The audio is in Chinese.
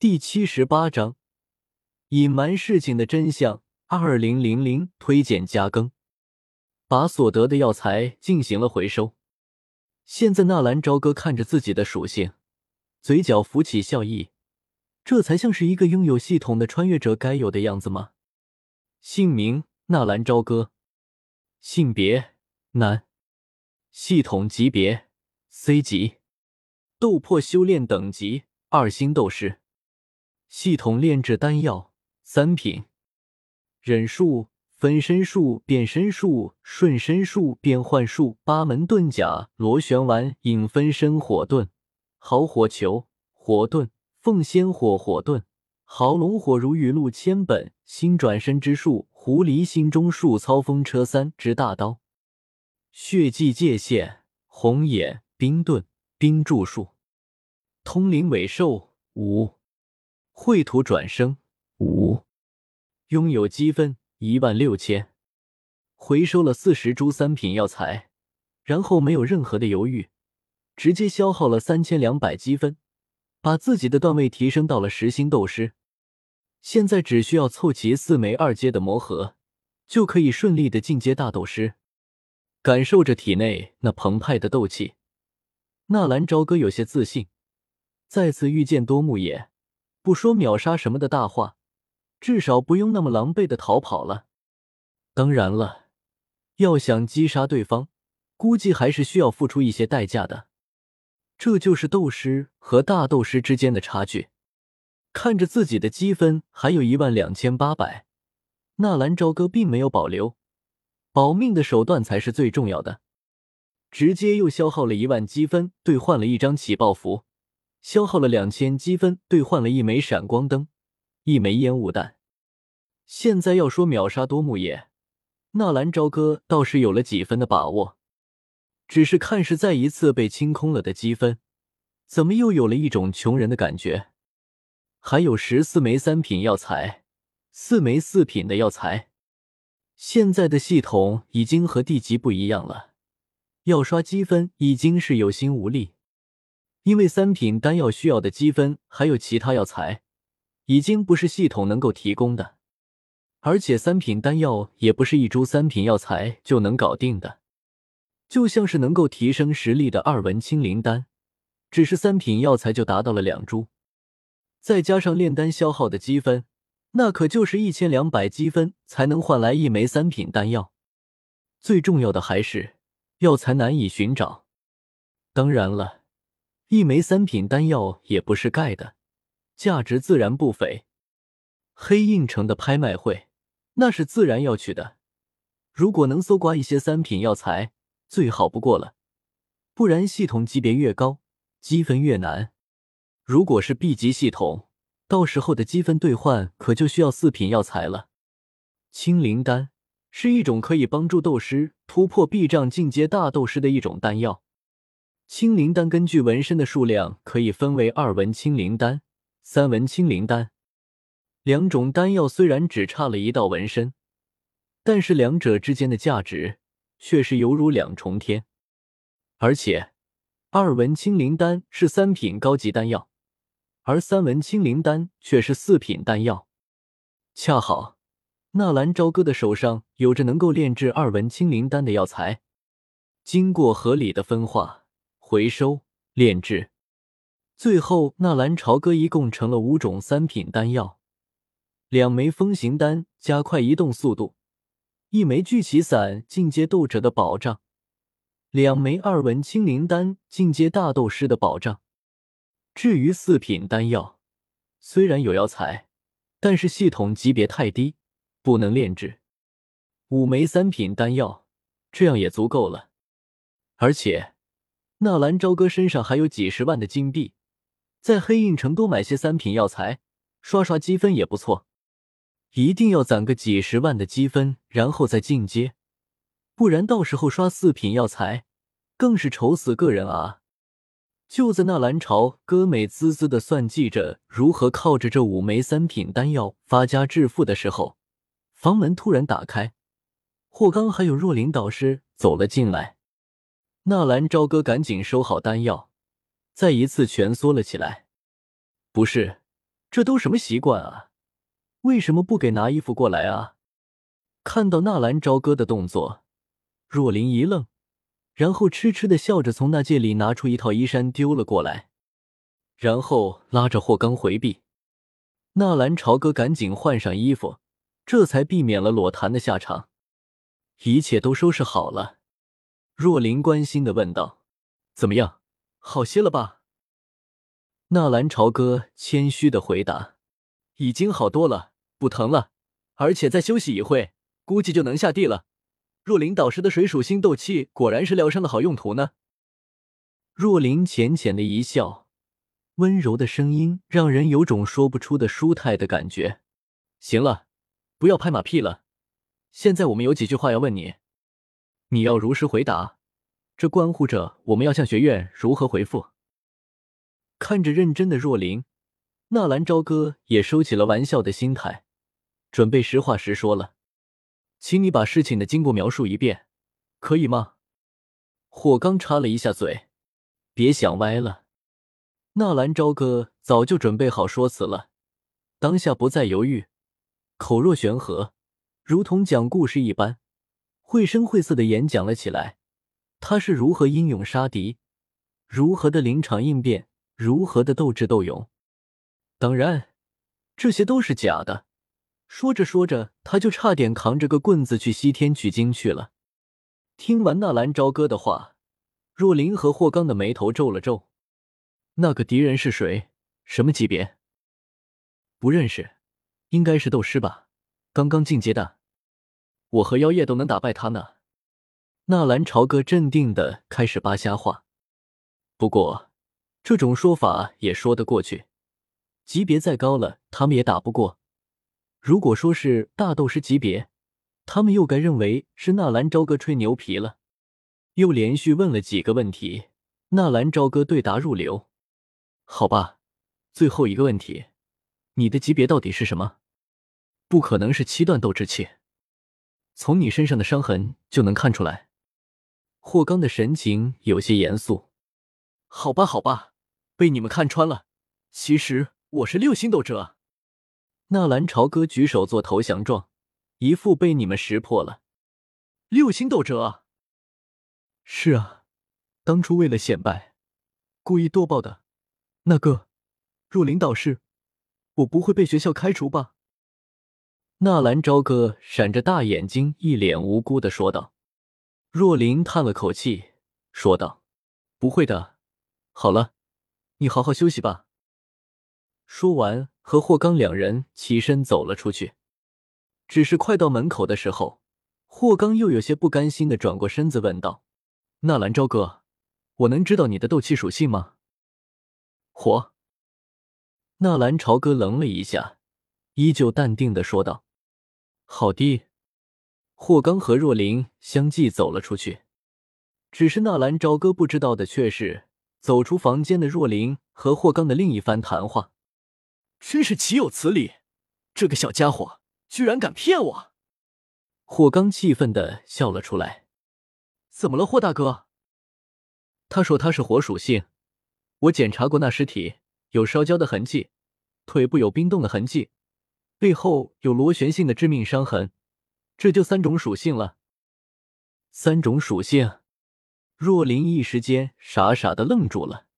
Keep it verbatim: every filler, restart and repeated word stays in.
第七十八章隐瞒事情的真相二零零零推荐加更，把所得的药材进行了回收。现在纳兰朝歌看着自己的属性，嘴角浮起笑意，这才像是一个拥有系统的穿越者该有的样子吗？姓名：纳兰朝歌，性别：男，系统级别 C 级，斗破修炼等级二星斗师，系统炼制丹药三品，忍术、分身术、变身术、瞬身术、变幻术、八门遁甲、螺旋丸、影分身火遁、豪火球、火遁、凤仙火火遁、豪龙火如雨露千本、新转身之术、狐狸心中术、操风车三之大刀、血迹界限、红眼、冰遁、冰柱术、通灵尾兽五、绘图转生五，拥有积分一万六千，回收了四十株三品药材，然后没有任何的犹豫，直接消耗了三千两百积分，把自己的段位提升到了十星斗师。现在只需要凑齐四枚二阶的魔核，就可以顺利的进阶大斗师。感受着体内那澎湃的斗气，纳兰朝歌有些自信，再次遇见多木野，不说秒杀什么的大话，至少不用那么狼狈的逃跑了。当然了，要想击杀对方，估计还是需要付出一些代价的。这就是斗师和大斗师之间的差距。看着自己的积分还有一万两千八百，纳兰朝歌并没有保留，保命的手段才是最重要的。直接又消耗了一万积分兑换了一张起爆符，消耗了两千积分兑换了一枚闪光灯，一枚烟雾弹。现在要说秒杀多木野，纳兰朝歌倒是有了几分的把握，只是看似再一次被清空了的积分，怎么又有了一种穷人的感觉。还有十四枚三品药材，四枚四品的药材。现在的系统已经和地级不一样了，要刷积分已经是有心无力，因为三品丹药需要的积分还有其他药材已经不是系统能够提供的，而且三品丹药也不是一株三品药材就能搞定的，就像是能够提升实力的二文清灵丹，只是三品药材就达到了两株，再加上炼丹消耗的积分，那可就是一千两百积分才能换来一枚三品丹药。最重要的还是药材难以寻找，当然了，一枚三品丹药也不是盖的，价值自然不菲。黑印城的拍卖会那是自然要去的，如果能搜刮一些三品药材最好不过了，不然系统级别越高积分越难。如果是 B 级系统，到时候的积分兑换可就需要四品药材了。清灵丹是一种可以帮助斗师突破壁障进阶大斗师的一种丹药。清灵丹根据纹身的数量可以分为二文清灵丹、三文清灵丹。两种丹药虽然只差了一道纹身，但是两者之间的价值却是犹如两重天。而且二文清灵丹是三品高级丹药，而三文清灵丹却是四品丹药。恰好纳兰朝歌的手上有着能够炼制二文清灵丹的药材，经过合理的分化、回收、炼制，最后纳兰朝歌一共成了五种三品丹药，两枚风行丹加快移动速度，一枚聚气散进阶斗者的保障，两枚二文清灵丹进阶大斗师的保障。至于四品丹药，虽然有药材，但是系统级别太低，不能炼制。五枚三品丹药，这样也足够了。而且纳兰朝歌身上还有几十万的金币，在黑印城多买些三品药材，刷刷积分也不错。一定要攒个几十万的积分，然后再进阶，不然到时候刷四品药材，更是愁死个人啊！就在纳兰朝歌美滋滋地算计着如何靠着这五枚三品丹药发家致富的时候，房门突然打开，霍刚还有若琳导师走了进来。纳兰朝歌赶紧收好丹药，再一次蜷缩了起来。不是， 这都什么习惯啊？为什么不给拿衣服过来啊？看到纳兰朝歌的动作，若琳一愣，然后痴痴的笑着从那戒里拿出一套衣衫丢了过来，然后拉着霍刚回避。纳兰朝歌赶紧换上衣服，这才避免了裸谈的下场。一切都收拾好了，若琳关心地问道：“怎么样，好些了吧？”纳兰朝歌谦虚地回答：“已经好多了，不疼了，而且再休息一会，估计就能下地了。若琳导师的水属性斗气果然是疗伤的好用途呢。”若琳浅浅的一笑，温柔的声音让人有种说不出的舒泰的感觉。行了，不要拍马屁了，现在我们有几句话要问你，你要如实回答，这关乎着我们要向学院如何回复。看着认真的若琳，纳兰朝歌也收起了玩笑的心态，准备实话实说了。请你把事情的经过描述一遍，可以吗？霍刚插了一下嘴，别想歪了。纳兰朝歌早就准备好说辞了，当下不再犹豫，口若悬河，如同讲故事一般，绘声绘色地演讲了起来。他是如何英勇杀敌，如何的临场应变，如何的斗智斗勇。当然，这些都是假的。说着说着，他就差点扛着个棍子去西天取经去了。听完纳兰朝歌的话，若琳和霍刚的眉头皱了皱。那个敌人是谁？什么级别？不认识，应该是斗师吧，刚刚进阶的。我和妖夜都能打败他呢。纳兰朝歌镇定地开始扒瞎话。不过，这种说法也说得过去，级别再高了，他们也打不过。如果说是大斗师级别，他们又该认为是纳兰朝歌吹牛皮了。又连续问了几个问题，纳兰朝歌对答如流。好吧，最后一个问题，你的级别到底是什么？不可能是七段斗之气，从你身上的伤痕就能看出来。霍刚的神情有些严肃。好吧好吧，被你们看穿了，其实我是六星斗者。纳兰朝歌举手做投降状，一副被你们识破了。六星斗者？是啊，当初为了显摆，故意多报的。那个若琳导师，我不会被学校开除吧？纳兰朝歌闪着大眼睛，一脸无辜地说道。若琳叹了口气，说道：“不会的，好了，你好好休息吧。”说完，和霍刚两人起身走了出去。只是快到门口的时候，霍刚又有些不甘心地转过身子问道：“纳兰朝歌，我能知道你的斗气属性吗？”火。纳兰朝歌愣了一下，依旧淡定地说道：“好的。”霍刚和若琳相继走了出去。只是纳兰朝歌不知道的却是，走出房间的若琳和霍刚的另一番谈话。真是岂有此理！这个小家伙居然敢骗我！霍刚气愤地笑了出来。怎么了，霍大哥？他说他是火属性，我检查过那尸体，有烧焦的痕迹，腿部有冰冻的痕迹，背后有螺旋性的致命伤痕，这就三种属性了。三种属性？若琳一时间傻傻地愣住了。